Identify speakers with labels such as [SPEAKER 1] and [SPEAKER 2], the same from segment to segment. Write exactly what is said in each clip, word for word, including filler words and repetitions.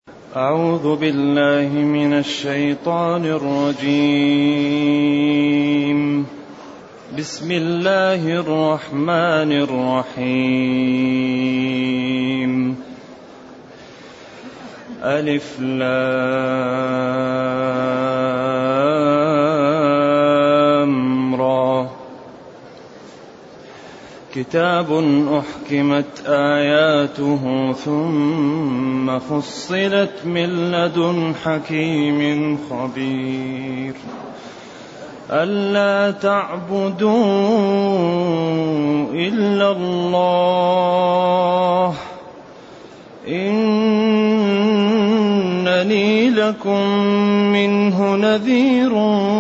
[SPEAKER 1] أعوذ بالله من الشيطان الرجيم. بسم الله الرحمن الرحيم. ألف لام را. كتاب أحكمت آياته ثم فصلت من لدن حكيم خبير. ألا تعبدوا إلا الله إنني لكم منه نذير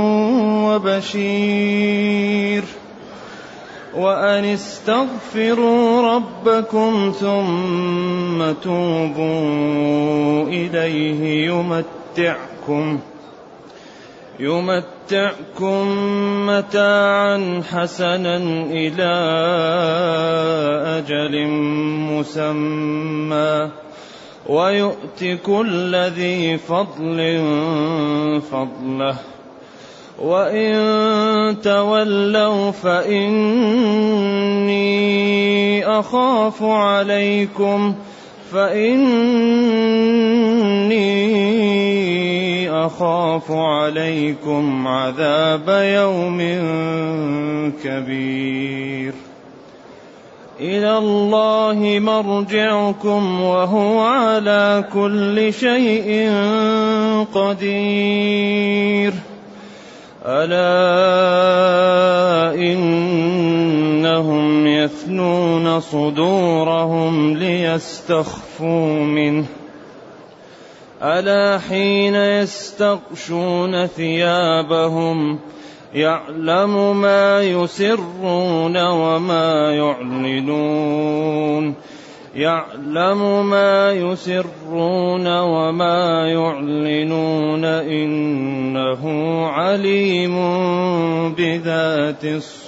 [SPEAKER 1] وبشير. وأن استغفروا ربكم ثم توبوا إليه يمتعكم يمتعكم متاعا حسنا إلى أجل مسمى ويؤت كل ذي فضل فضله. وإن تولوا فإني أخاف عليكم فإني أخاف عليكم عذاب يوم كبير. إلى الله مرجعكم وهو على كل شيء قدير. ألا إنهم يثنون صدورهم ليستخفوا منه ألا حين يستغشون ثيابهم يعلم ما يسرون وما يعلنون يعلم ما يسرون وما يعلنون إنه عليم بذات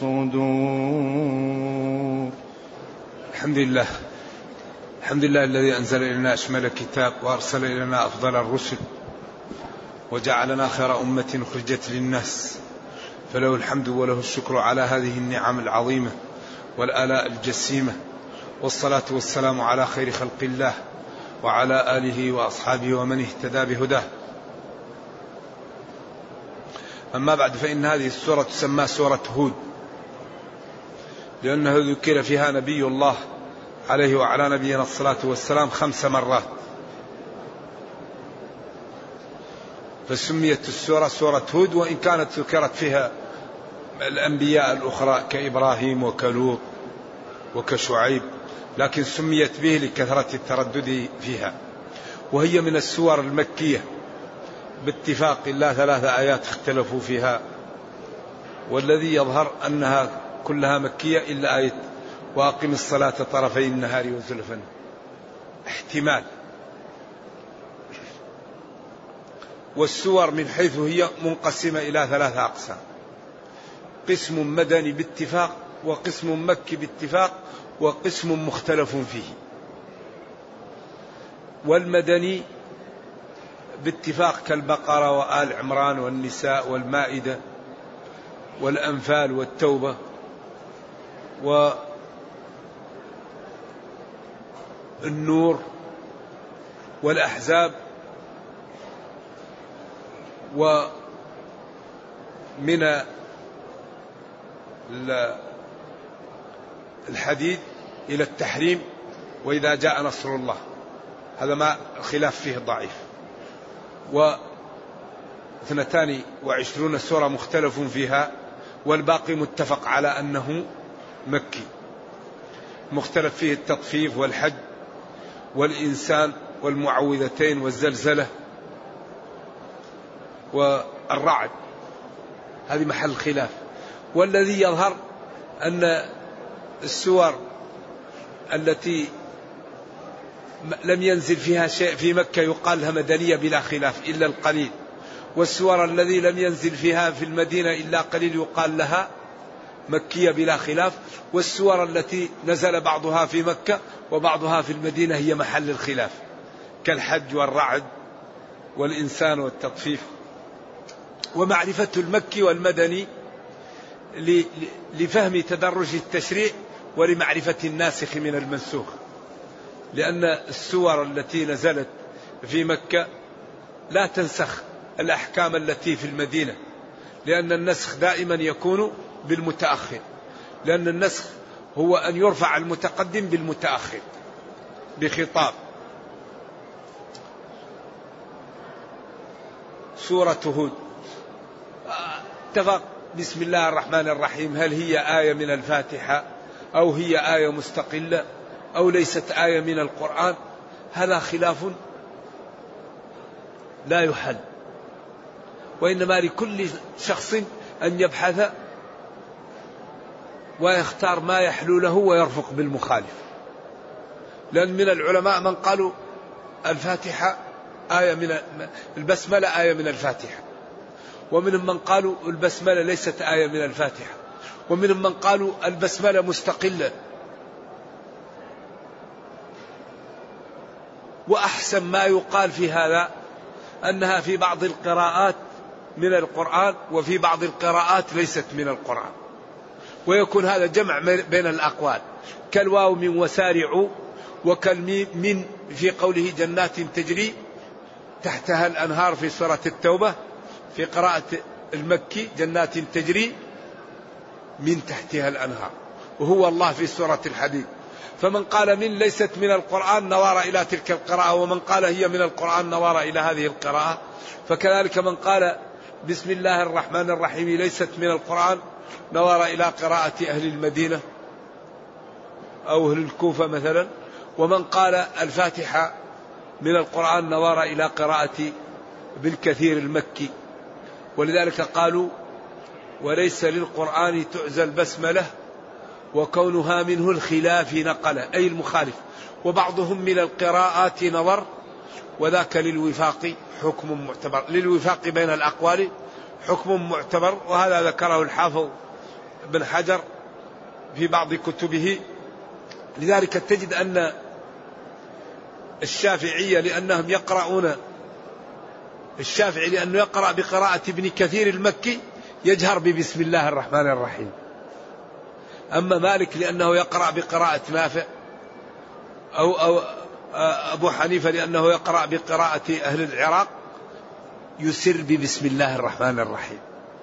[SPEAKER 1] الصدور.
[SPEAKER 2] الحمد لله الحمد لله الذي أنزل إلينا أشمل الكتاب وأرسل إلينا أفضل الرسل وجعلنا خير أمة أخرجت للناس، فله الحمد وله الشكر على هذه النعم العظيمة والآلاء الجسيمة، والصلاة والسلام على خير خلق الله وعلى آله وأصحابه ومن اهتدى بهداه. أما بعد، فإن هذه السورة تسمى سورة هود، لأنه ذكر فيها نبي الله عليه وعلى نبينا الصلاة والسلام خمس مرات، فسميت السورة سورة هود، وإن كانت ذكرت فيها الأنبياء الأخرى كإبراهيم وكلوط وكشعيب، لكن سميت به لكثرة التردد فيها. وهي من السور المكية باتفاق إلا ثلاث آيات اختلفوا فيها، والذي يظهر أنها كلها مكية إلا آية وأقم الصلاة طرفي النهار وزلفا، احتمال. والسور من حيث هي منقسمة إلى ثلاثة أقسام: قسم مدني باتفاق، وقسم مكي باتفاق، وقسم مختلف فيه. والمدني باتفاق كالبقرة وآل عمران والنساء والمائدة والأنفال والتوبة والنور والأحزاب، ومن الحديد إلى التحريم وإذا جاء نصر الله، هذا ما الخلاف فيه ضعيف. واثنتان وعشرون سورة مختلف فيها، والباقي متفق على أنه مكي، مختلف فيه التطفيف والحج والإنسان والمعوذتين والزلزلة والرعد، هذه محل خلاف. والذي يظهر أن السور التي لم ينزل فيها شيء في مكة يقال لها مدنية بلا خلاف إلا القليل، والسور الذي لم ينزل فيها في المدينة إلا قليل يقال لها مكية بلا خلاف، والسور التي نزل بعضها في مكة وبعضها في المدينة هي محل الخلاف، كالحج والرعد والإنسان والتطفيف. ومعرفة المكي والمدني لفهم تدرج التشريع ولمعرفة الناسخ من المنسوخ، لأن السور التي نزلت في مكة لا تنسخ الأحكام التي في المدينة، لأن النسخ دائما يكون بالمتأخر، لأن النسخ هو أن يرفع المتقدم بالمتأخر بخطاب. سورة هود اتفق بسم الله الرحمن الرحيم هل هي آية من الفاتحة أو هي آية مستقلة أو ليست آية من القرآن، هذا خلاف لا يحل، وإنما لكل شخص أن يبحث ويختار ما يحلو له ويرفق بالمخالف. لأن من العلماء من قالوا الفاتحة آية من البسملة آية من الفاتحة، ومنهم من قالوا البسملة ليست آية من الفاتحة، ومنهم من قالوا البسملة مستقلة. وأحسن ما يقال في هذا أنها في بعض القراءات من القرآن وفي بعض القراءات ليست من القرآن، ويكون هذا جمع بين الأقوال، كالواو من وسارعوا، وكالميم من في قوله جنات تجري تحتها الأنهار في سورة التوبة، في قراءة المكي جنات تجري من تحتها الأنهار، وهو الله في سورة الحديد. فمن قال من ليست من القرآن نوار إلى تلك القراءة، ومن قال هي من القرآن نوار إلى هذه القراءة. فكذلك من قال بسم الله الرحمن الرحيم ليست من القرآن نوار إلى قراءة أهل المدينة أو أهل الكوفة مثلا، ومن قال الفاتحة من القرآن نوار إلى قراءة بالكثير المكي. ولذلك قالوا وليس للقرآن تعزى البسملة وكونها منه الخلاف نقل، أي المخالف. وبعضهم من القراءات نظر، وذاك للوفاق حكم معتبر، للوفاق بين الأقوال حكم معتبر، وهذا ذكره الحافظ بن حجر في بعض كتبه. لذلك تجد أن الشافعية لأنهم يقرؤون الشافعي لأنه يقرأ بقراءة ابن كثير المكي يجهر ببسم الله الرحمن الرحيم. أما مالك لأنه يقرأ بقراءة نافع، أو, أو أبو حنيفة لأنه يقرأ بقراءة أهل العراق يسر ببسم الله الرحمن الرحيم.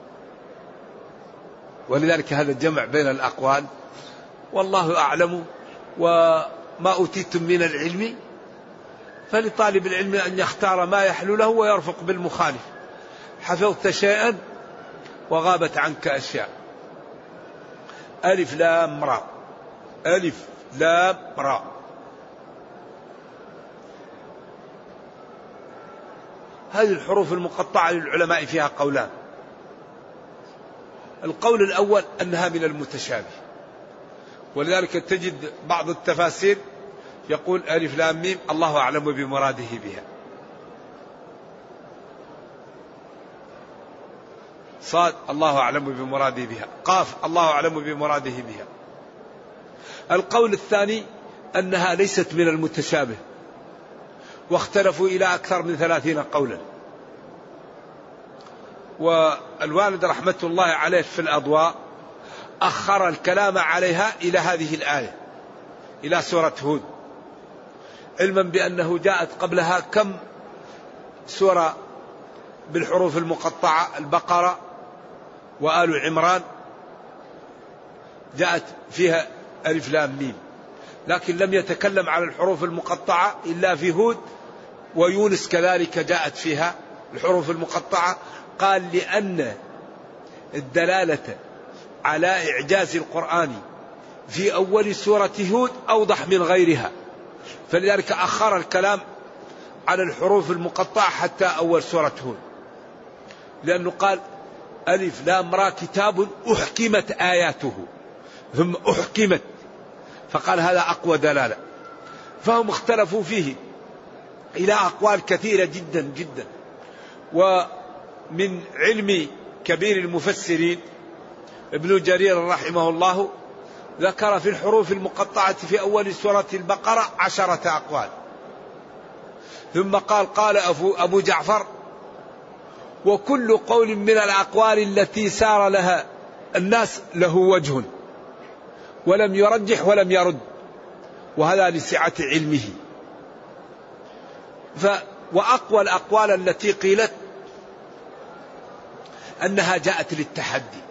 [SPEAKER 2] ولذلك هذا الجمع بين الأقوال، والله أعلم. وما أوتيتم من العلم فلطالب العلم أن يختار ما يحلو له ويرفق بالمخالف. حفظت شيئا وغابت عنك أشياء. ألف لام را، ألف لام را. هذه الحروف المقطعة للعلماء فيها قولان. القول الأول أنها من المتشابه، ولذلك تجد بعض التفاسير يقول ألف لام ميم الله أعلم بمراده بها، صاد الله أعلم بمراده بها، قاف الله أعلم بمراده بها. القول الثاني أنها ليست من المتشابه، واختلفوا إلى أكثر من ثلاثين قولا. والوالد رحمة الله عليه في الأضواء أخر الكلام عليها إلى هذه الآية، إلى سورة هود، علما بأنه جاءت قبلها كم سورة بالحروف المقطعة، البقرة وآل عمران جاءت فيها ألف لام ميم، لكن لم يتكلم على الحروف المقطعة إلا في هود، ويونس كذلك جاءت فيها الحروف المقطعة. قال لأن الدلالة على إعجاز القرآن في أول سورة هود أوضح من غيرها، فلذلك أخر الكلام على الحروف المقطعة حتى أول سورة هود، لأنه قال ألف لام را كتاب أحكمت آياته ثم أحكمت، فقال هذا أقوى دلالة. فهم اختلفوا فيه إلى أقوال كثيرة جدا جدا. ومن علم كبير المفسرين ابن جرير رحمه الله ذكر في الحروف المقطعة في أول سورة البقرة عشرة أقوال، ثم قال قال أبو جعفر: وكل قول من الأقوال التي سار لها الناس له وجه، ولم يرجح ولم يرد، وهذا لسعة علمه. ف وأقوى الأقوال التي قيلت أنها جاءت للتحدي،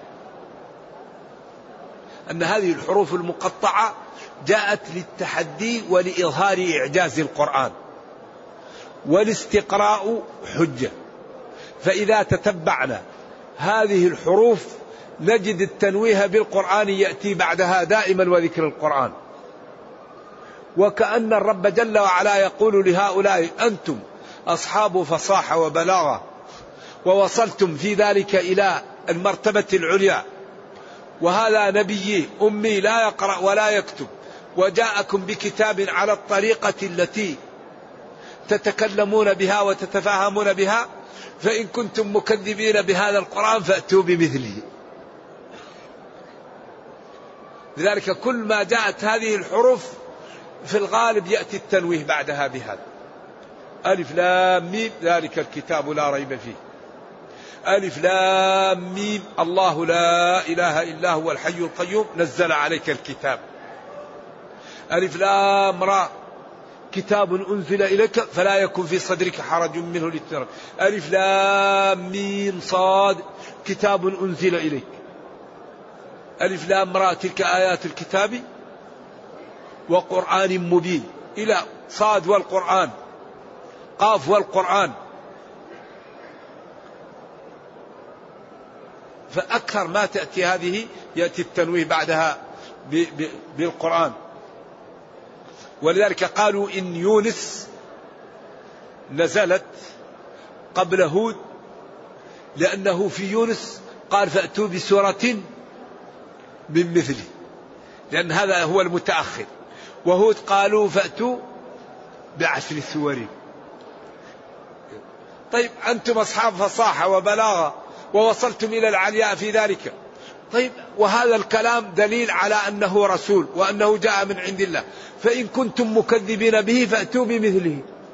[SPEAKER 2] أن هذه الحروف المقطعة جاءت للتحدي ولإظهار إعجاز القرآن، والاستقراء حجة. فإذا تتبعنا هذه الحروف نجد التنويه بالقرآن يأتي بعدها دائما، وذكر القرآن، وكأن الرب جل وعلا يقول لهؤلاء: أنتم أصحاب فصاحة وبلاغة، ووصلتم في ذلك إلى المرتبة العليا، وهذا نبي أمي لا يقرأ ولا يكتب، وجاءكم بكتاب على الطريقة التي تتكلمون بها وتتفاهمون بها، فإن كنتم مكذبين بهذا القرآن فأتوا بمثله. لذلك كل ما جاءت هذه الحروف في الغالب يأتي التنويه بعدها بهذا: ألف لام ميم ذلك الكتاب لا ريب فيه، ألف لام ميم الله لا إله إلا هو الحي القيوم نزل عليك الكتاب، ألف لام را كتاب أنزل إليك فلا يكن في صدرك حرج منه للتنزيل، ألف لام ميم صاد كتاب أنزل إليك، ألف لام را تلك آيات الكتاب وقرآن مبين، إلى صاد والقرآن، قاف والقرآن. فأكثر ما تأتي هذه يأتي التنويه بعدها بالقرآن. ولذلك قالوا إن يونس نزلت قبل هود، لأنه في يونس قال فأتوا بسورة من مثله، لأن هذا هو المتأخر، وهود قالوا فأتوا بعشر سور. طيب أنتم أصحاب فصاحة وبلاغة ووصلتم إلى العلياء في ذلك، طيب وهذا الكلام دليل على أنه رسول وأنه جاء من عند الله، فإن كنتم مكذبين به فأتوا بمثله.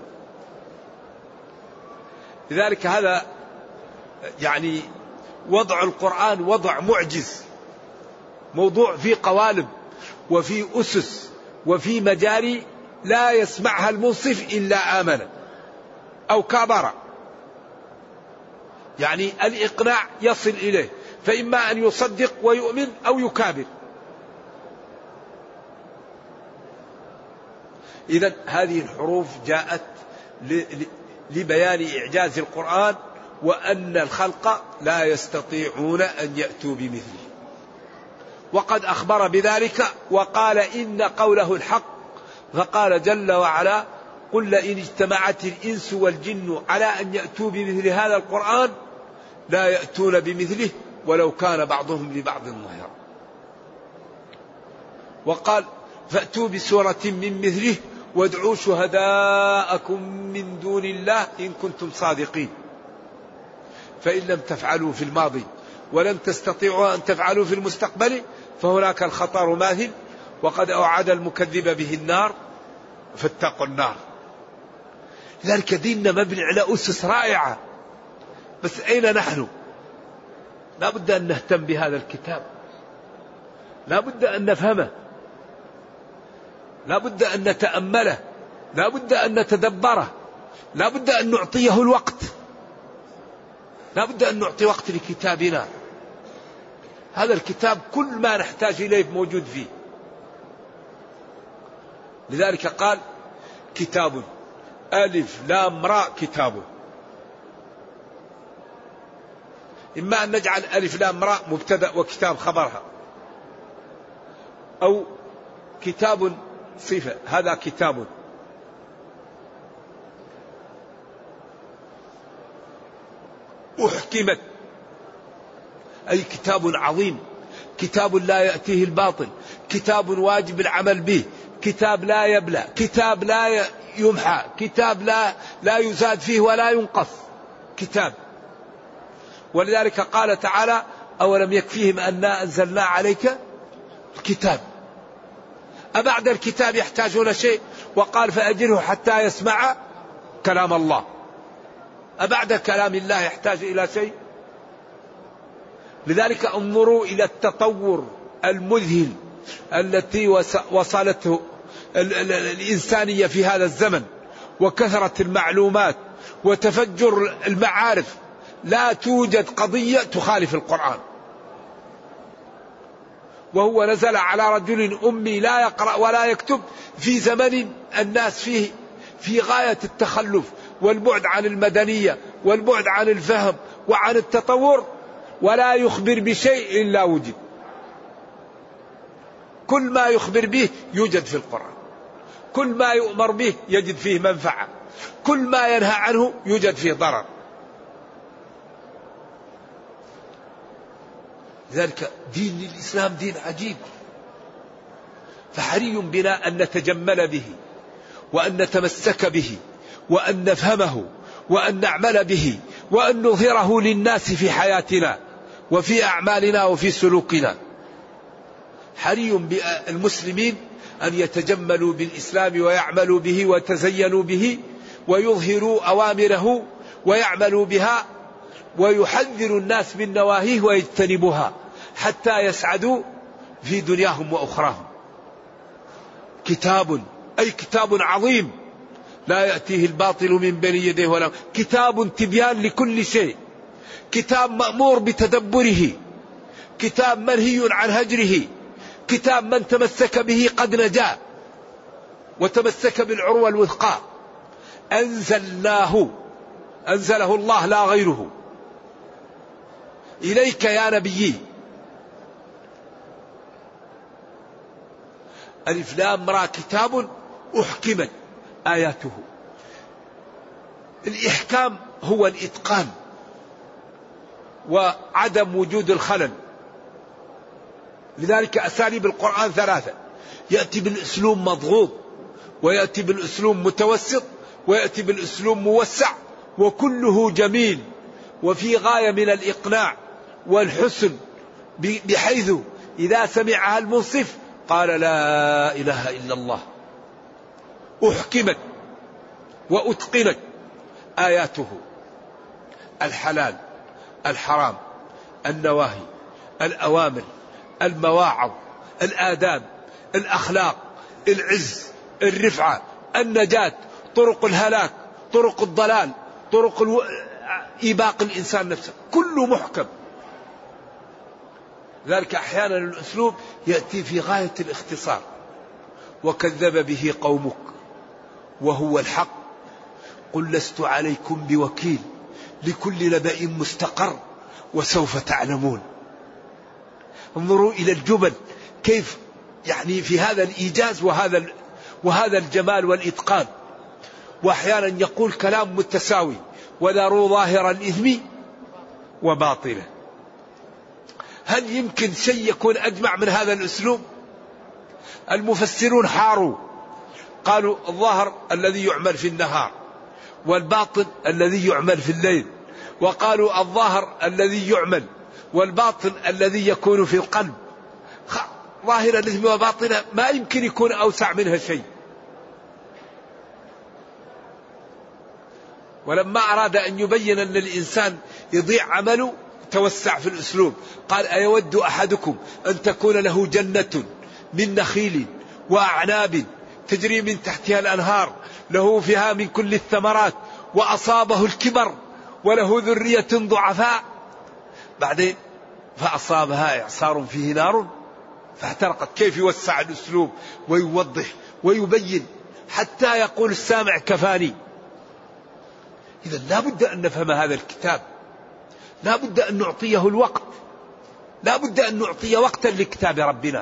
[SPEAKER 2] لذلك هذا يعني وضع القرآن وضع معجز، موضوع في قوالب وفي أسس وفي مجاري لا يسمعها المنصف إلا آمن أو كابر، يعني الإقناع يصل إليه، فإما أن يصدق ويؤمن أو يكابر. إذن هذه الحروف جاءت لبيان إعجاز القرآن، وأن الخلق لا يستطيعون أن يأتوا بمثله، وقد أخبر بذلك وقال إن قوله الحق، فقال جل وعلا: قل لئن اجتمعت الإنس والجن على أن يأتوا بمثل هذا القرآن لا يأتون بمثله ولو كان بعضهم لبعض ظهيرا. وقال: فأتوا بسورة من مثله وادعوا شهداءكم من دون الله إن كنتم صادقين. فإن لم تفعلوا في الماضي ولن تستطيعوا أن تفعلوا في المستقبل فهناك الخطر ماثل، وقد أوعد المكذب به النار فاتقوا النار. لذلك ديننا مبني على أسس رائعة، بس أين نحن؟ لا بد أن نهتم بهذا الكتاب، لا بد أن نفهمه، لا بد أن نتأمله، لا بد أن نتدبره، لا بد أن نعطيه الوقت، لا بد أن نعطي وقت لكتابنا. هذا الكتاب كل ما نحتاج إليه موجود فيه. لذلك قال: كتاب ألف لام راء كتاب. إما أن نجعل ألف لام راء مبتدأ وكتاب خبرها، أو كتاب صفة، هذا كتاب. أحكمت، أي كتاب عظيم، كتاب لا يأتيه الباطل، كتاب واجب العمل به، كتاب لا يبلى، كتاب لا يمحى، كتاب لا لا يزاد فيه ولا ينقص، كتاب. ولذلك قال تعالى: أولم يكفيهم أنا أنزلنا عليك الكتاب. أبعد الكتاب يحتاجون شيء؟ وقال: فأجره حتى يسمع كلام الله. أبعد كلام الله يحتاج إلى شيء؟ لذلك انظروا إلى التطور المذهل التي وصلته الإنسانية في هذا الزمن، وكثرة المعلومات وتفجر المعارف. لا توجد قضية تخالف القرآن. وهو نزل على رجل أمي لا يقرأ ولا يكتب في زمن الناس فيه في غاية التخلف والبعد عن المدنية والبعد عن الفهم وعن التطور، ولا يخبر بشيء إلا وجد. كل ما يخبر به يوجد في القرآن، كل ما يؤمر به يجد فيه منفعة، كل ما ينهى عنه يوجد فيه ضرر. لذلك دين الإسلام دين عجيب، فحري بنا أن نتجمل به وأن نتمسك به وأن نفهمه وأن نعمل به وأن نظهره للناس في حياتنا وفي أعمالنا وفي سلوكنا. حري بالمسلمين أن يتجملوا بالإسلام ويعملوا به ويتزينوا به ويظهروا أوامره ويعملوا بها ويحذر الناس من نواهيه ويجتنبوها حتى يسعدوا في دنياهم وأخراهم. كتاب أي كتاب عظيم لا يأتيه الباطل من بين يديه ولا، كتاب تبيان لكل شيء، كتاب مأمور بتدبره، كتاب منهي عن هجره، كتاب من تمسك به قد نجا وتمسك بالعروة الوثقى. أنزلناه، أنزله الله لا غيره، إليك يا نبيي. ألف لام را كتاب أحكمت آياته. الإحكام هو الإتقان وعدم وجود الخلل. لذلك أساليب القرآن ثلاثة: يأتي بالأسلوب مضغوط، ويأتي بالأسلوب متوسط، ويأتي بالأسلوب موسع، وكله جميل وفي غاية من الإقناع والحسن، بحيث إذا سمعها المنصف قال لا إله إلا الله. أحكمت وأتقنت آياته، الحلال الحرام، النواهي، الأوامر، المواعظ، الآداب، الأخلاق، العز، الرفعة، النجاة، طرق الهلاك، طرق الضلال، طرق الو... إيباق الإنسان نفسه، كله محكم. ذلك أحيانا الأسلوب يأتي في غاية الاختصار: وكذب به قومك وهو الحق قل لست عليكم بوكيل لكل نبأ مستقر وسوف تعلمون. انظروا إلى الجمل كيف يعني في هذا الإيجاز وهذا وهذا الجمال والإتقان. وأحيانا يقول كلام متساوي: وذروا ظاهر الإثم وباطنه. هل يمكن شيء يكون أجمع من هذا الأسلوب؟ المفسرون حاروا، قالوا الظاهر الذي يعمل في النهار، والباطن الذي يعمل في الليل، وقالوا الظاهر الذي يعمل والباطن الذي يكون في القلب. ظاهر الإثم وباطنه ما يمكن يكون أوسع منها شيء. ولما أراد أن يبين أن الإنسان يضيع عمله توسع في الأسلوب، قال: أيود أحدكم أن تكون له جنة من نخيل وأعناب تجري من تحتها الأنهار له فيها من كل الثمرات وأصابه الكبر وله ذرية ضعفاء، بعدين فأصابها إعصار فيه نار فاحترقت. كيف يوسع الأسلوب ويوضح ويبين حتى يقول السامع كفاني. إذا لا بد أن نفهم هذا الكتاب، لا بد أن نعطيه الوقت، لا بد أن نعطي وقتا لكتاب ربنا.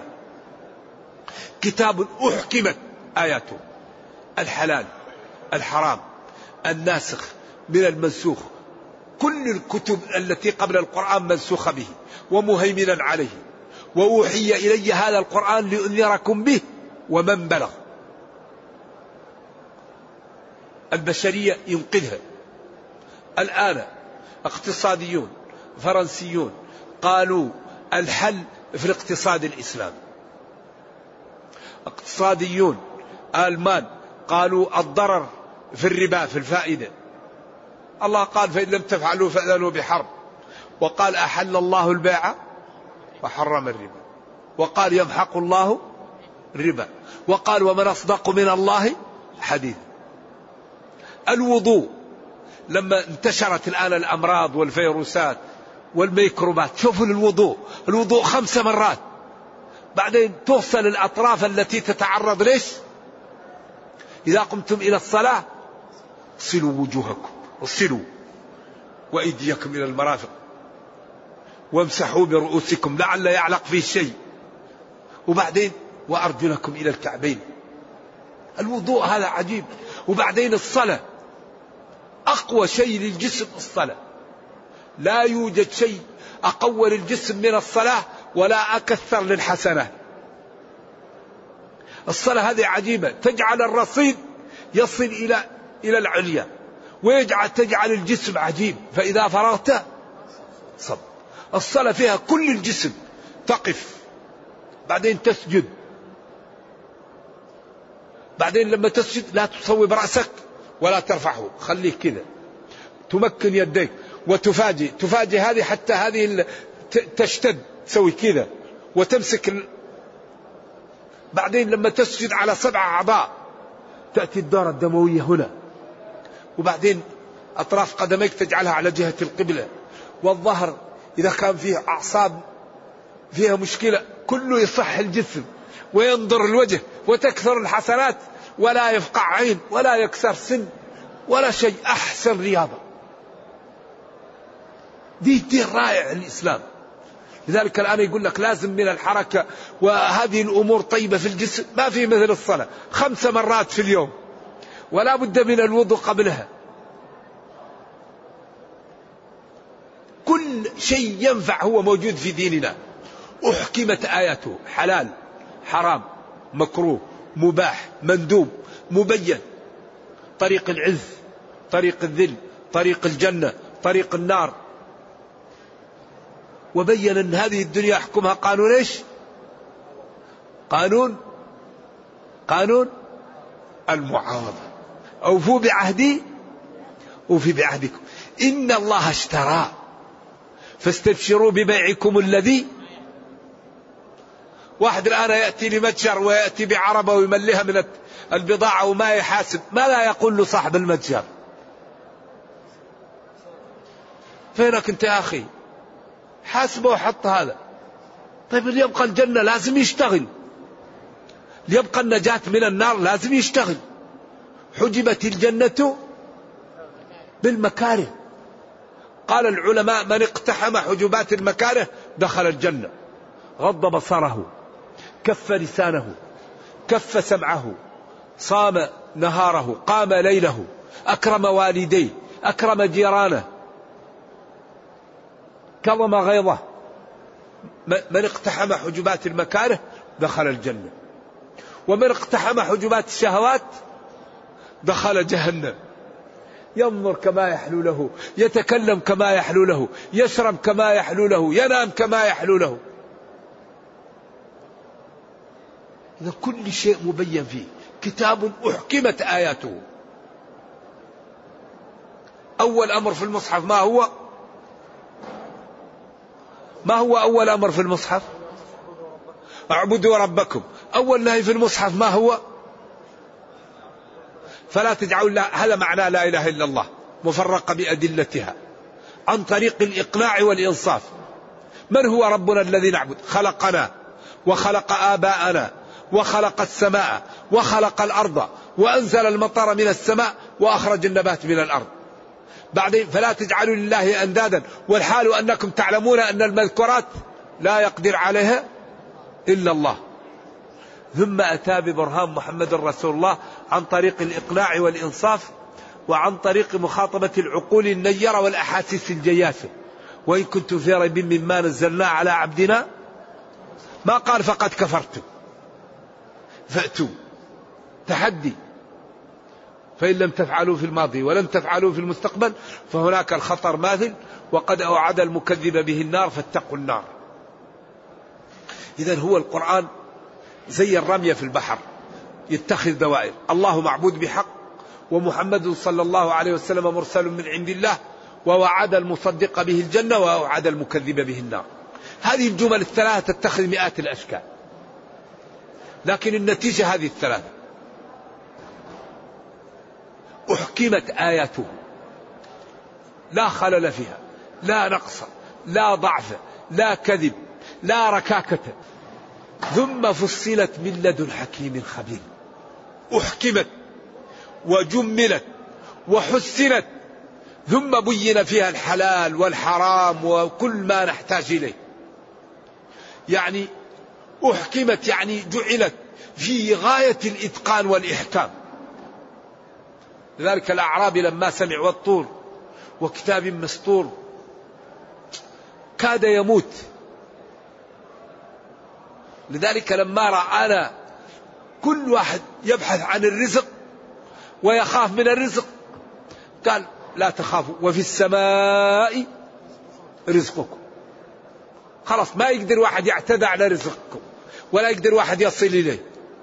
[SPEAKER 2] كتاب أحكمت آياته، الحلال الحرام، الناسخ من المنسوخ. كل الكتب التي قبل القرآن منسوخة به ومهيمنا عليه. وأوحي إلي هذا القرآن لأنذركم به ومن بلغ. البشرية ينقذها. الآن اقتصاديون فرنسيون قالوا الحل في الاقتصاد الإسلامي. اقتصاديون آلمان قالوا الضرر في الربا في الفائدة. الله قال فإن لم تفعلوا فأذنوا بحرب، وقال أحل الله البيع وحرم الربا، وقال يمحق الله الربا، وقال ومن أصدق من الله حديثا. الوضوء لما انتشرت الآن الأمراض والفيروسات والميكروبات، شوفوا الوضوء، الوضوء خمس مرات، بعدين توصل الأطراف التي تتعرض ليش؟ إذا قمتم إلى الصلاة اغسلوا وجوهكم، اغسلوا وأيديكم إلى المرافق، وامسحوا برؤوسكم لعل يعلق فيه شيء، وبعدين وأرجلكم إلى الكعبين. الوضوء هذا عجيب. وبعدين الصلاة أقوى شيء للجسم الصلاة، لا يوجد شيء أقوى للجسم من الصلاة ولا أكثر للحسنة. الصلاة هذه عجيبة، تجعل الرصيد يصل إلى إلى العليا، ويجعل تجعل الجسم عجيب، فإذا فرغت صب. الصلاة فيها كل الجسم، تقف بعدين تسجد، بعدين لما تسجد لا تصوب رأسك ولا ترفعه، خليك كذا، تمكن يديك وتفاجئ تفاجئ هذه حتى هذه تشتد، تسوي كذا وتمسك ال... بعدين لما تسجد على سبع أعضاء تأتي الدورة الدموية هنا، وبعدين أطراف قدميك تجعلها على جهة القبلة، والظهر إذا كان فيه أعصاب فيها مشكلة كله يصح الجسم وينظر الوجه، وتكثر الحسنات ولا يفقع عين ولا يكسر سن ولا شيء. أحسن رياضة دي دي رائع الإسلام. لذلك الآن يقول لك لازم من الحركة وهذه الأمور طيبة في الجسم، ما في مثل الصلاة خمس مرات في اليوم، ولا بد من الوضوء قبلها. كل شيء ينفع هو موجود في ديننا، أحكمت آياته، حلال حرام مكروه مباح مندوب مبين، طريق العز طريق الذل طريق الجنة طريق النار. وبين أن هذه الدنيا يحكمها قانون إيش؟ قانون قانون المعاوضة. أوفوا بعهدي أوفي بعهدكم إن الله اشترى فاستبشروا ببيعكم الذي. واحد الآن يأتي لمتجر ويأتي بعربة ويمليها من البضاعة وما يحاسب، ما لا يقول له صاحب المتجر فينك انت يا أخي؟ حاسبه وحط هذا. طيب اللي يبقى الجنة لازم يشتغل، ليبقى النجاة من النار لازم يشتغل. حجبت الجنة بالمكاره. قال العلماء من اقتحم حجبات المكاره دخل الجنة. غض بصره، كف لسانه، كف سمعه، صام نهاره، قام ليله، أكرم والديه، أكرم جيرانه، كظم غيظه. من اقتحم حجبات المكاره دخل الجنة. ومن اقتحم حجبات الشهوات دخل جهنم. ينظر كما يحلو له، يتكلم كما يحلو له، يشرب كما يحلو له، ينام كما يحلو له. إذا كل شيء مبين فيه، كتاب أحكمت آياته. أول أمر في المصحف ما هو؟ ما هو أول أمر في المصحف؟ اعبدوا ربكم. أول نهي في المصحف ما هو؟ فلا تجعلوا الله. هذا معنى لا إله إلا الله مفرقة بأدلتها عن طريق الإقناع والإنصاف. من هو ربنا الذي نعبد؟ خلقنا وخلق آباءنا وخلق السماء وخلق الأرض وأنزل المطر من السماء وأخرج النبات من الأرض. بعدين فلا تجعلوا لله أندادا والحال أنكم تعلمون أن المذكورات لا يقدر عليها إلا الله. ثم أتى ببرهان محمد رسول الله عن طريق الإقناع والإنصاف وعن طريق مخاطبة العقول النيرة والأحاسيس الجياشة. وإن كنتم في ريب مما نزلنا على عبدنا، ما قال فقد كفرتم، فأتوا تحدي. فإن لم تفعلوا في الماضي ولم تفعلوا في المستقبل فهناك الخطر ماثل، وقد أوعد المكذب به النار فاتقوا النار. إذن هو القرآن زي الرمية في البحر، يتخذ دوائر. الله معبود بحق ومحمد صلى الله عليه وسلم مرسل من عند الله، ووعد المصدق به الجنة ووعد المكذب به النار. هذه الجمل الثلاثة تتخذ مئات الأشكال، لكن النتيجة هذه الثلاثة: أحكمت آياته لا خلل فيها، لا نقص، لا ضعف، لا كذب، لا ركاكة، ثم فصلت من لدن حكيم خبير. أحكمت وجملت وحسنت، ثم بين فيها الحلال والحرام وكل ما نحتاج إليه. يعني أحكمت يعني جعلت في غاية الإتقان والإحكام. لذلك الأعرابي لما سمع والطور وكتاب مسطور كاد يموت. لذلك لما رآنا كل واحد يبحث عن الرزق ويخاف من الرزق قال لا تخافوا وفي السماء رزقكم. خلاص ما يقدر واحد يعتدى على رزقكم ولا يقدر واحد يصل إليه.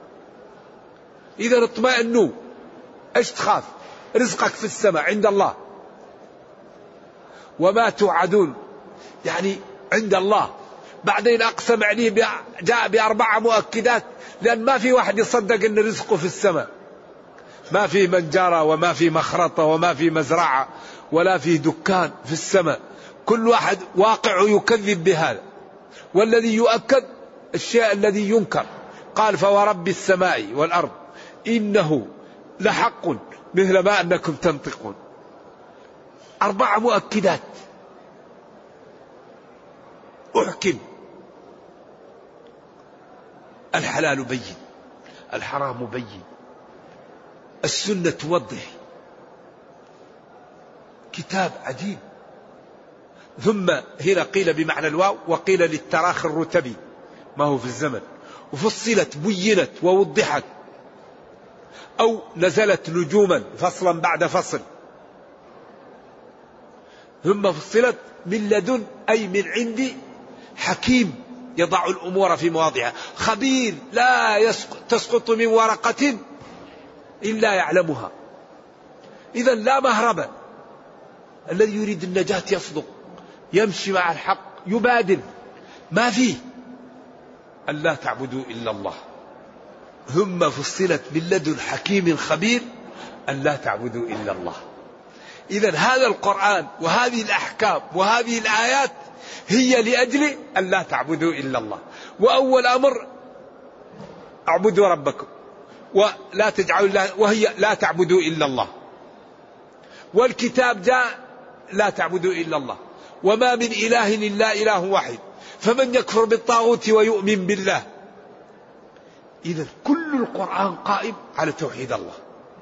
[SPEAKER 2] إذا اطمئنوا. ايش تخاف؟ رزقك في السماء عند الله، وما توعدون يعني عند الله. بعدين أقسم عليه جاء بأربع مؤكدات، لأن ما في واحد يصدق أن رزقه في السماء. ما في منجرة وما في مخرطة وما في مزرعة ولا في دكان في السماء. كل واحد واقع يكذب بهذا، والذي يؤكد الشيء الذي ينكر. قال فورب السماء والأرض إنه لحق مثل ما أنكم تنطقون. أربع مؤكدات. أحكم. الحلال بين، الحرام بين، السنة توضح. كتاب عجيب. ثم هنا قيل بمعنى الواو وقيل للتراخي الرتبي ما هو في الزمن. وفصلت بينت ووضحت، أو نزلت نجوما فصلا بعد فصل. ثم فصلت من لدن أي من عندي حكيم يضع الأمور في مواضعها، خبير لا تسقط من ورقة إلا يعلمها. إذا لا مهرب. الذي يريد النجاة يصدق، يمشي مع الحق، يبادل. ما فيه أن لا تعبدوا إلا الله. ثم فصلت من لدن حكيم خبير أن لا تعبدوا إلا الله. إذا هذا القرآن وهذه الأحكام وهذه الآيات هي لأجل أن لا تعبدوا إلا الله. وأول أمر اعبدوا ربكم ولا تجعلوا الله، وهي لا تعبدوا إلا الله. والكتاب جاء لا تعبدوا إلا الله، وما من إله إلا إله واحد، فمن يكفر بالطاغوت ويؤمن بالله. إذا كل القرآن قائم على توحيد الله،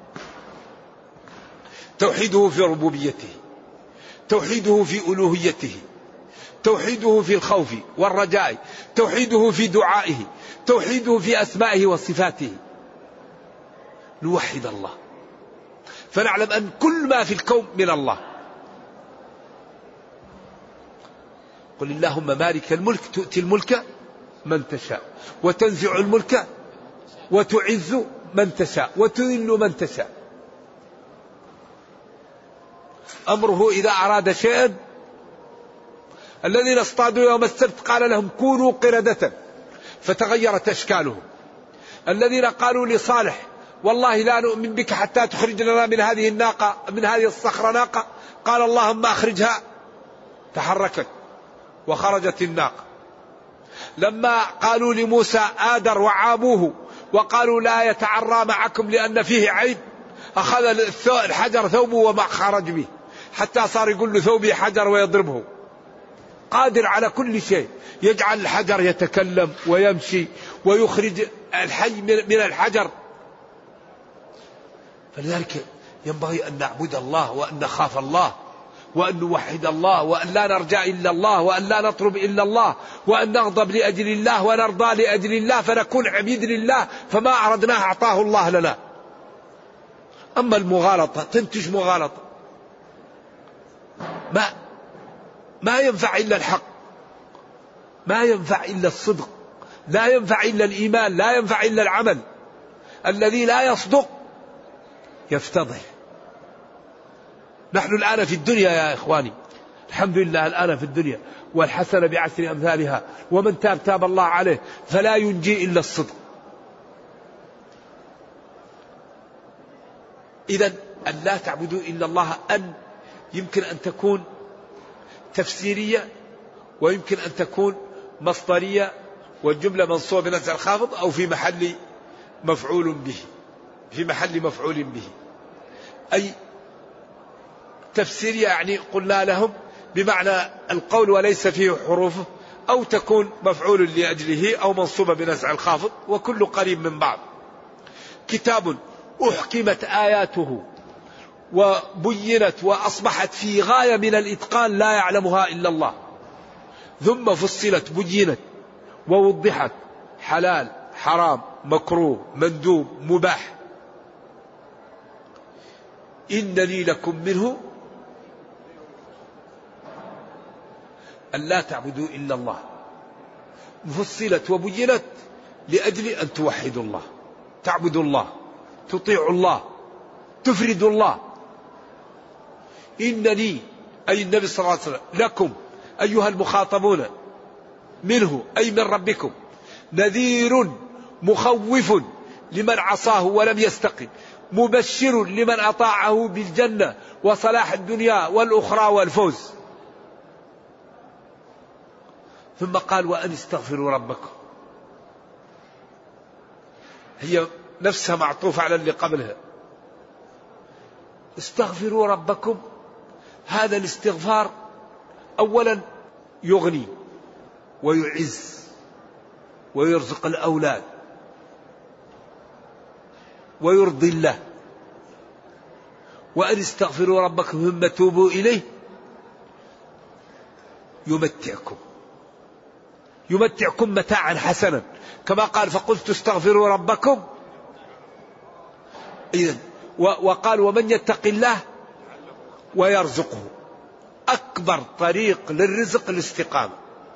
[SPEAKER 2] توحيده في ربوبيته، توحيده في ألوهيته، توحيده في الخوف والرجاء، توحيده في دعائه، توحيده في أسمائه وصفاته. نوحد الله فنعلم أن كل ما في الكون من الله. قل اللهم مالك الملك تؤتي الملك من تشاء وتنزع الملك وتعز من تشاء وتذل من تشاء. أمره إذا أراد شيئا. الذين اصطادوا يوم السبت قال لهم كونوا قردة فتغيرت أشكالهم. الذين قالوا لصالح والله لا نؤمن بك حتى تخرج لنا من هذه الناقة من هذه الصخرة ناقة، قال اللهم أخرجها، تحركت وخرجت الناقة. لما قالوا لموسى آدر وعابوه وقالوا لا يتعرى معكم لأن فيه عيب، أخذ الحجر ثوبه وما خرج به حتى صار يقول له ثوبي حجر ويضربه. قادر على كل شيء، يجعل الحجر يتكلم ويمشي ويخرج الحي من الحجر. فلذلك ينبغي أن نعبد الله وأن نخاف الله وأن نوحد الله وأن لا نرجع إلا الله وأن لا نطلب إلا الله وأن نغضب لأجل الله ونرضى لأجل الله فنكون عبيد لله، فما أردناه أعطاه الله لنا. أما المغالطة تنتج مغالطة، ما ما ينفع إلا الحق، ما ينفع إلا الصدق، لا ينفع إلا الإيمان، لا ينفع إلا العمل. الذي لا يصدق يفتضح.
[SPEAKER 3] نحن الآن في الدنيا يا إخواني، الحمد لله الآن في الدنيا، والحسنة بعشر أمثالها، ومن تاب تاب الله عليه، فلا ينجي إلا الصدق. إذن أن لا تعبدوا إلا الله أن يمكن أن تكون تفسيرية، ويمكن أن تكون مصدرية، والجملة منصوبة بنزع الخافض، أو في محل مفعول به، في محل مفعول به. أي تفسيرية يعني قلنا لهم بمعنى القول وليس فيه حروفه، أو تكون مفعول لأجله أو منصوبة بنزع الخافض، وكل قريب من بعض. كتاب أحكمت آياته وبينت وأصبحت في غاية من الإتقان لا يعلمها إلا الله، ثم فصلت بينت ووضحت، حلال حرام مكروه مندوب مباح. إنني لكم منه أن لا تعبدوا إلا الله، فصلت وبينت لأجل أن توحدوا الله، تعبدوا الله، تطيعوا الله، تفردوا الله. إنني أي النبي صلى الله عليه وسلم لكم أيها المخاطبون منه أي من ربكم نذير مخوف لمن عصاه ولم يستقم، مبشر لمن أطاعه بالجنة وصلاح الدنيا والأخرى والفوز. ثم قال وأن استغفروا ربكم، هي نفسها معطوفة على اللي قبلها. استغفروا ربكم، هذا الاستغفار أولا يغني ويعز ويرزق الأولاد ويرضي الله. وأن استغفروا ربكم ثم توبوا إليه يمتعكم، يمتعكم متاعا حسنا، كما قال فقلت استغفروا ربكم. إذن وقال ومن يتق الله ويرزقه، أكبر طريق للرزق الاستقامة.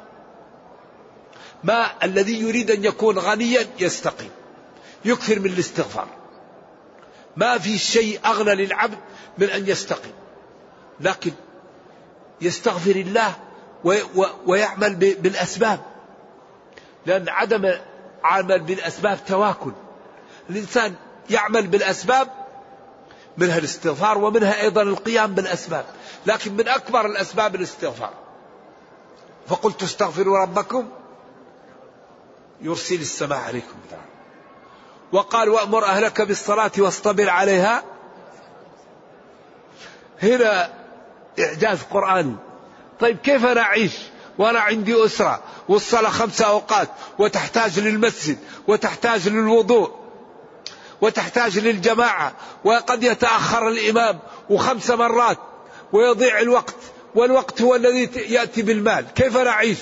[SPEAKER 3] ما الذي يريد أن يكون غنيا يستقيم، يكثر من الاستغفار. ما في شيء أغنى للعبد من أن يستقيم، لكن يستغفر الله ويعمل بالأسباب، لأن عدم عمل بالأسباب تواكل. الإنسان يعمل بالأسباب، منها الاستغفار ومنها أيضا القيام بالأسباب، لكن من أكبر الأسباب الاستغفار. فقلت استغفروا ربكم يرسل السماء عليكم بدرا. وقال وأمر أهلك بالصلاة واصطبر عليها. هنا إعجاز قرآني. طيب كيف نعيش وأنا عندي أسرة والصلاة خمسة أوقات وتحتاج للمسجد وتحتاج للوضوء وتحتاج للجماعة، وقد يتأخر الإمام وخمس مرات ويضيع الوقت، والوقت هو الذي يأتي بالمال، كيف نعيش؟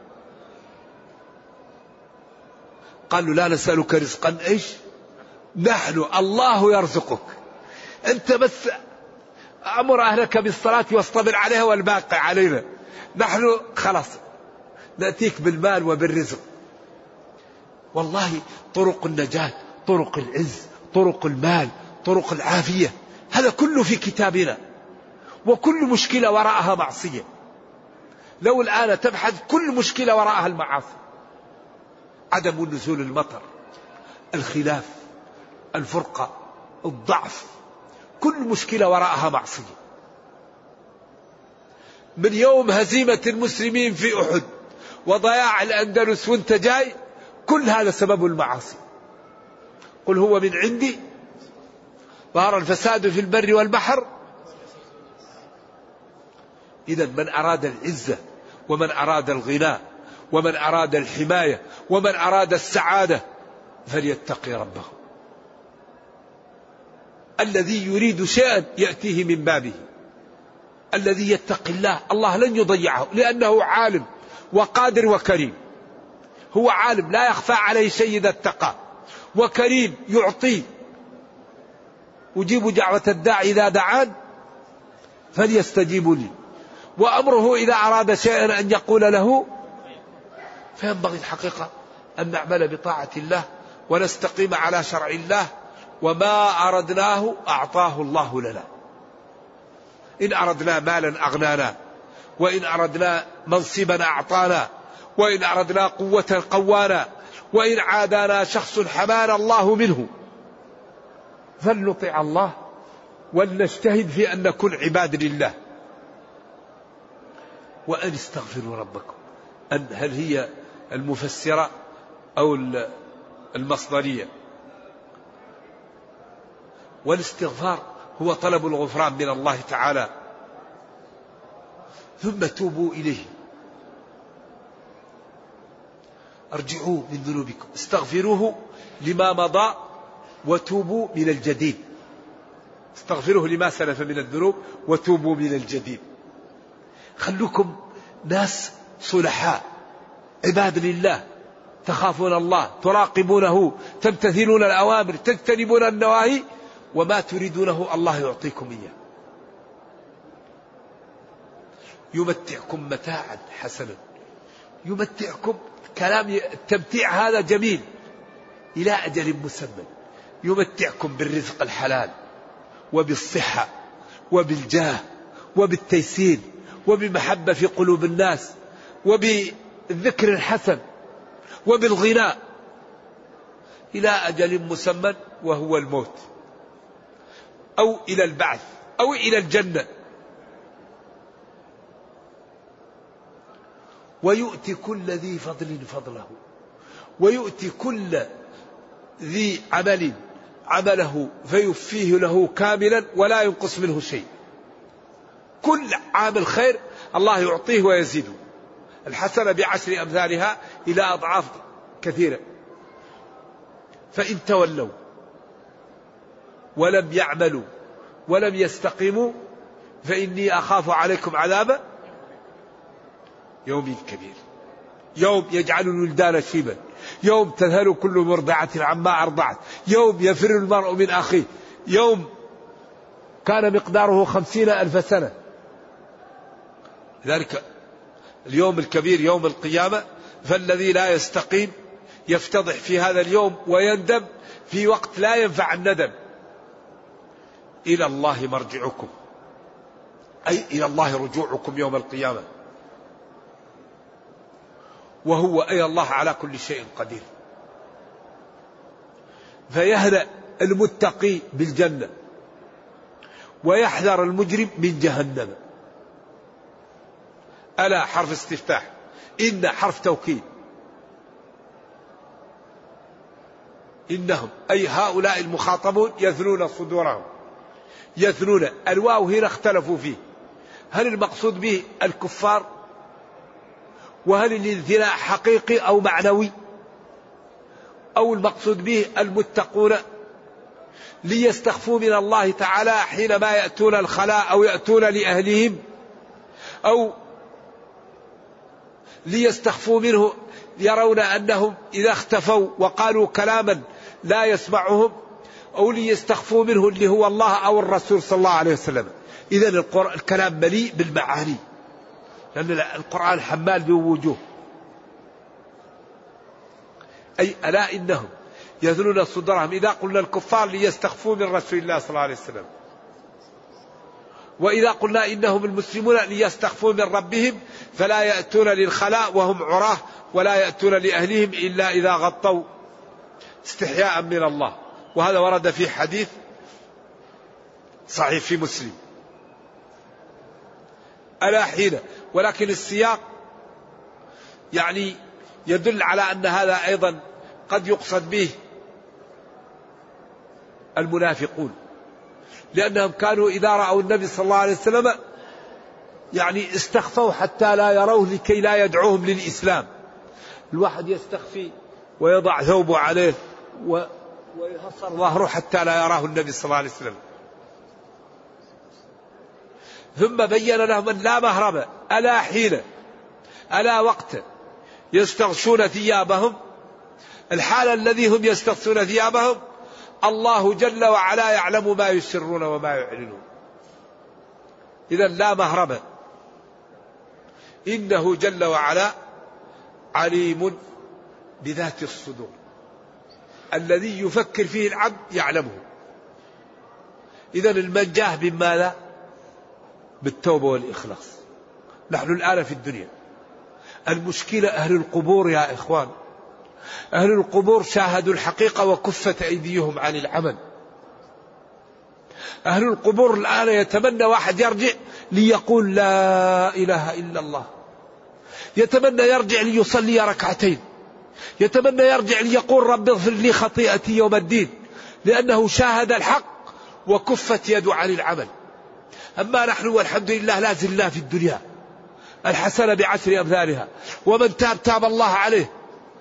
[SPEAKER 3] قالوا لا نسألك رزقا إيش؟ نحن الله يرزقك، أنت بس أمر أهلك بالصلاة واصطبر عليها والباقي علينا، نحن خلاص نأتيك بالمال وبالرزق. والله طرق النجاة، طرق العز، طرق المال، طرق العافية، هذا كله في كتابنا، وكل مشكلة وراءها معصية. لو الآن تبحث كل مشكلة وراءها المعاصي، عدم نزول المطر، الخلاف، الفرقة، الضعف، كل مشكلة وراءها معصية. من يوم هزيمة المسلمين في أحد وضياع الأندلس وانت جاي، كل هذا سبب المعاصي. قل هو من عندي ظهر الفساد في البر والبحر. إذا من أراد العزة ومن أراد الغناء ومن أراد الحماية ومن أراد السعادة فليتقي ربه. الذي يريد شيئا يأتيه من بابه. الذي يتقي الله الله لن يضيعه، لأنه عالم وقادر وكريم. هو عالم لا يخفى عليه شيء إذا اتقى، وكريم يعطي. أجيب دعوة الداعي إذا دعان فليستجيبوا لي، وأمره إذا أراد شيئا أن يقول له. فينبغي الحقيقة أن نعمل بطاعة الله ونستقيم على شرع الله، وما أردناه أعطاه الله لنا. إن أردنا مالا أغنانا، وإن أردنا منصبا أعطانا، وإن أردنا قوة قوانا، وإن عادانا شخص حمانا الله منه. فلنطع الله ولنجتهد في أن نكون عباد لله. وأن استغفروا ربكم، أن هل هي المفسرة أو المصدرية؟ والاستغفار هو طلب الغفران من الله تعالى، ثم توبوا إليه، ارجعوا من ذنوبكم، استغفروه لما مضى وتوبوا من الجديد. استغفروه لما سلف من الذنوب وتوبوا من الجديد. خلوكم ناس صلحاء عباد لله، تخافون الله، تراقبونه، تمتثلون الأوامر، تجتنبون النواهي، وما تريدونه الله يعطيكم إياه. يمتعكم متاعا حسنا، يمتعكم، كلام التمتيع هذا جميل، إلى أجل مسمى. يمتعكم بالرزق الحلال وبالصحة وبالجاه وبالتيسير وبمحبة في قلوب الناس وبالذكر الحسن وبالغناء إلى أجل مسمى وهو الموت، أو إلى البعث أو إلى الجنة. ويؤتي كل ذي فضل فضله، ويؤتي كل ذي عمل عمله فيوفيه له كاملا ولا ينقص منه شيء. كل عامل خير الله يعطيه ويزيده. الحسنة بعشر أمثالها إلى أضعاف كثيرة. فإن تولوا ولم يعملوا ولم يستقيموا فإني أخاف عليكم عذاب يوم كبير، يوم يجعل الولدان شيبا، يوم تذهل كل مرضعة عما أرضعت، يوم يفر المرء من أخيه، يوم كان مقداره خمسين ألف سنة. ذلك اليوم الكبير يوم القيامة، فالذي لا يستقيم يفتضح في هذا اليوم ويندم في وقت لا ينفع الندم. إلى الله مرجعكم، أي إلى الله رجوعكم يوم القيامة، وهو أي الله على كل شيء قدير. فيهنأ المتقي بالجنة ويحذر المجرم من جهنم. ألا حرف استفتاح، إن حرف توكيد. إنهم أي هؤلاء المخاطبون يثنون صدورهم. يثنون، الواو هنا اختلفوا فيه، هل المقصود به الكفار؟ وهل الانثناء حقيقي أو معنوي؟ أو المقصود به المتقون ليستخفوا من الله تعالى حينما يأتون الخلاء أو يأتون لأهلهم، أو ليستخفوا منه يرون أنهم إذا اختفوا وقالوا كلاما لا يسمعهم، أو ليستخفوا منه اللي هو الله أو الرسول صلى الله عليه وسلم. إذن الكلام مليء بالمعاني، لأن القرآن حمال بوجوه. أي ألا إنهم يذلون صدورهم إذا قلنا الكفار ليستخفوا من رسول الله صلى الله عليه وسلم، وإذا قلنا إنهم المسلمون ليستخفوا من ربهم فلا يأتون للخلاء وهم عراه ولا يأتون لأهلهم إلا إذا غطوا استحياء من الله. وهذا ورد في حديث صحيح في مسلم. ألا حين، ولكن السياق يعني يدل على أن هذا أيضا قد يقصد به المنافقون، لأنهم كانوا إذا رأوا النبي صلى الله عليه وسلم يعني استخفوا حتى لا يروه لكي لا يدعوهم للإسلام. الواحد يستخفي ويضع ثوبه عليه ويهصر ظهره حتى لا يراه النبي صلى الله عليه وسلم. ثم بين لهم أن لا مهرب، ألا حين، ألا وقت يستغشون ثيابهم، الحال الذي هم يستغشون ثيابهم الله جل وعلا يعلم ما يسرون وما يعلنون. إذا لا مهرب، إنه جل وعلا عليم بذات الصدور، الذي يفكر فيه العبد يعلمه. إذا المنجاه من ماذا؟ بالتوبة والإخلاص. نحن الآن في الدنيا المشكلة أهل القبور يا إخوان، أهل القبور شاهدوا الحقيقة وكفت أيديهم عن العمل. أهل القبور الآن يتمنى واحد يرجع ليقول لا إله إلا الله، يتمنى يرجع ليصلي ركعتين، يتمنى يرجع ليقول رب اغفر لي خطيئتي يوم الدين، لأنه شاهد الحق وكفت يده عن العمل. أما نحن والحمد لله لا زلنا في الدنيا، الحسنة بعشر أمثالها، ومن تاب تاب الله عليه،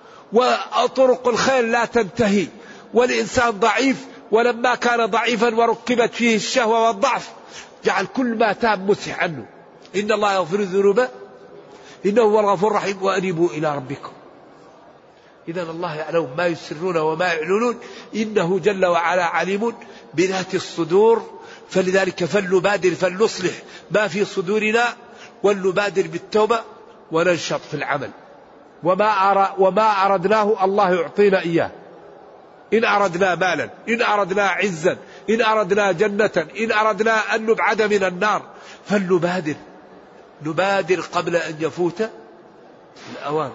[SPEAKER 3] وطرق الخير لا تنتهي، والإنسان ضعيف، ولما كان ضعيفا وركبت فيه الشهوة والضعف جعل كل ما تاب مسح عنه. إن الله يغفر الذنوب إنه هو الغفور الرحيم وأنيبوا إلى ربكم. إذا الله يعلم ما يسرون وما يعلنون، إنه جل وعلا عليم بذات الصدور. فلذلك فلنبادر فلنصلح ما في صدورنا، ولنبادر بالتوبة وننشط في العمل. وما أر... وما أردناه الله يعطينا إياه، إن أردنا مالا، إن أردنا عزا، إن أردنا جنة، إن أردنا أن نبعد من النار، فلنبادر نبادر قبل أن يفوت الأوان.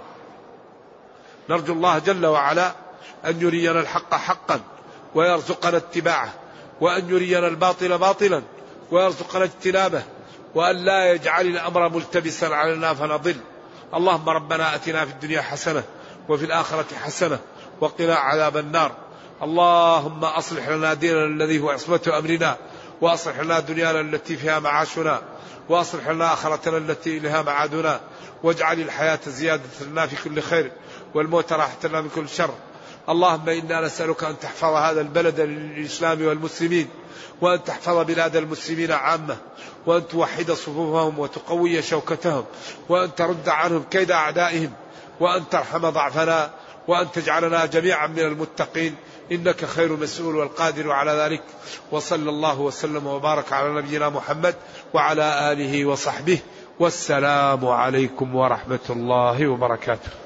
[SPEAKER 3] نرجو الله جل وعلا أن يرينا الحق حقا ويرزقنا اتباعه، وأن يرينا الباطل باطلا ويرزقنا اجتنابه، وأن لا يجعل الأمر ملتبسا علينا فنضل. اللهم ربنا أتنا في الدنيا حسنة وفي الآخرة حسنة وقنا عذاب النار. اللهم أصلح لنا ديننا الذي هو عصمة أمرنا، وأصلح لنا دنيانا التي فيها معاشنا، وأصلح لنا آخرتنا التي إليها معادنا، واجعل الحياة زيادة لنا في كل خير والموت راحة لنا من كل شر. اللهم إنا نسألك أن تحفظ هذا البلد للإسلام والمسلمين، وأن تحفظ بلاد المسلمين عامة، وأن توحد صفوفهم وتقوي شوكتهم، وأن ترد عنهم كيد أعدائهم، وأن ترحم ضعفنا، وأن تجعلنا جميعا من المتقين، إنك خير مسؤول والقادر على ذلك. وصلى الله وسلم وبارك على نبينا محمد وعلى آله وصحبه، والسلام عليكم ورحمة الله وبركاته.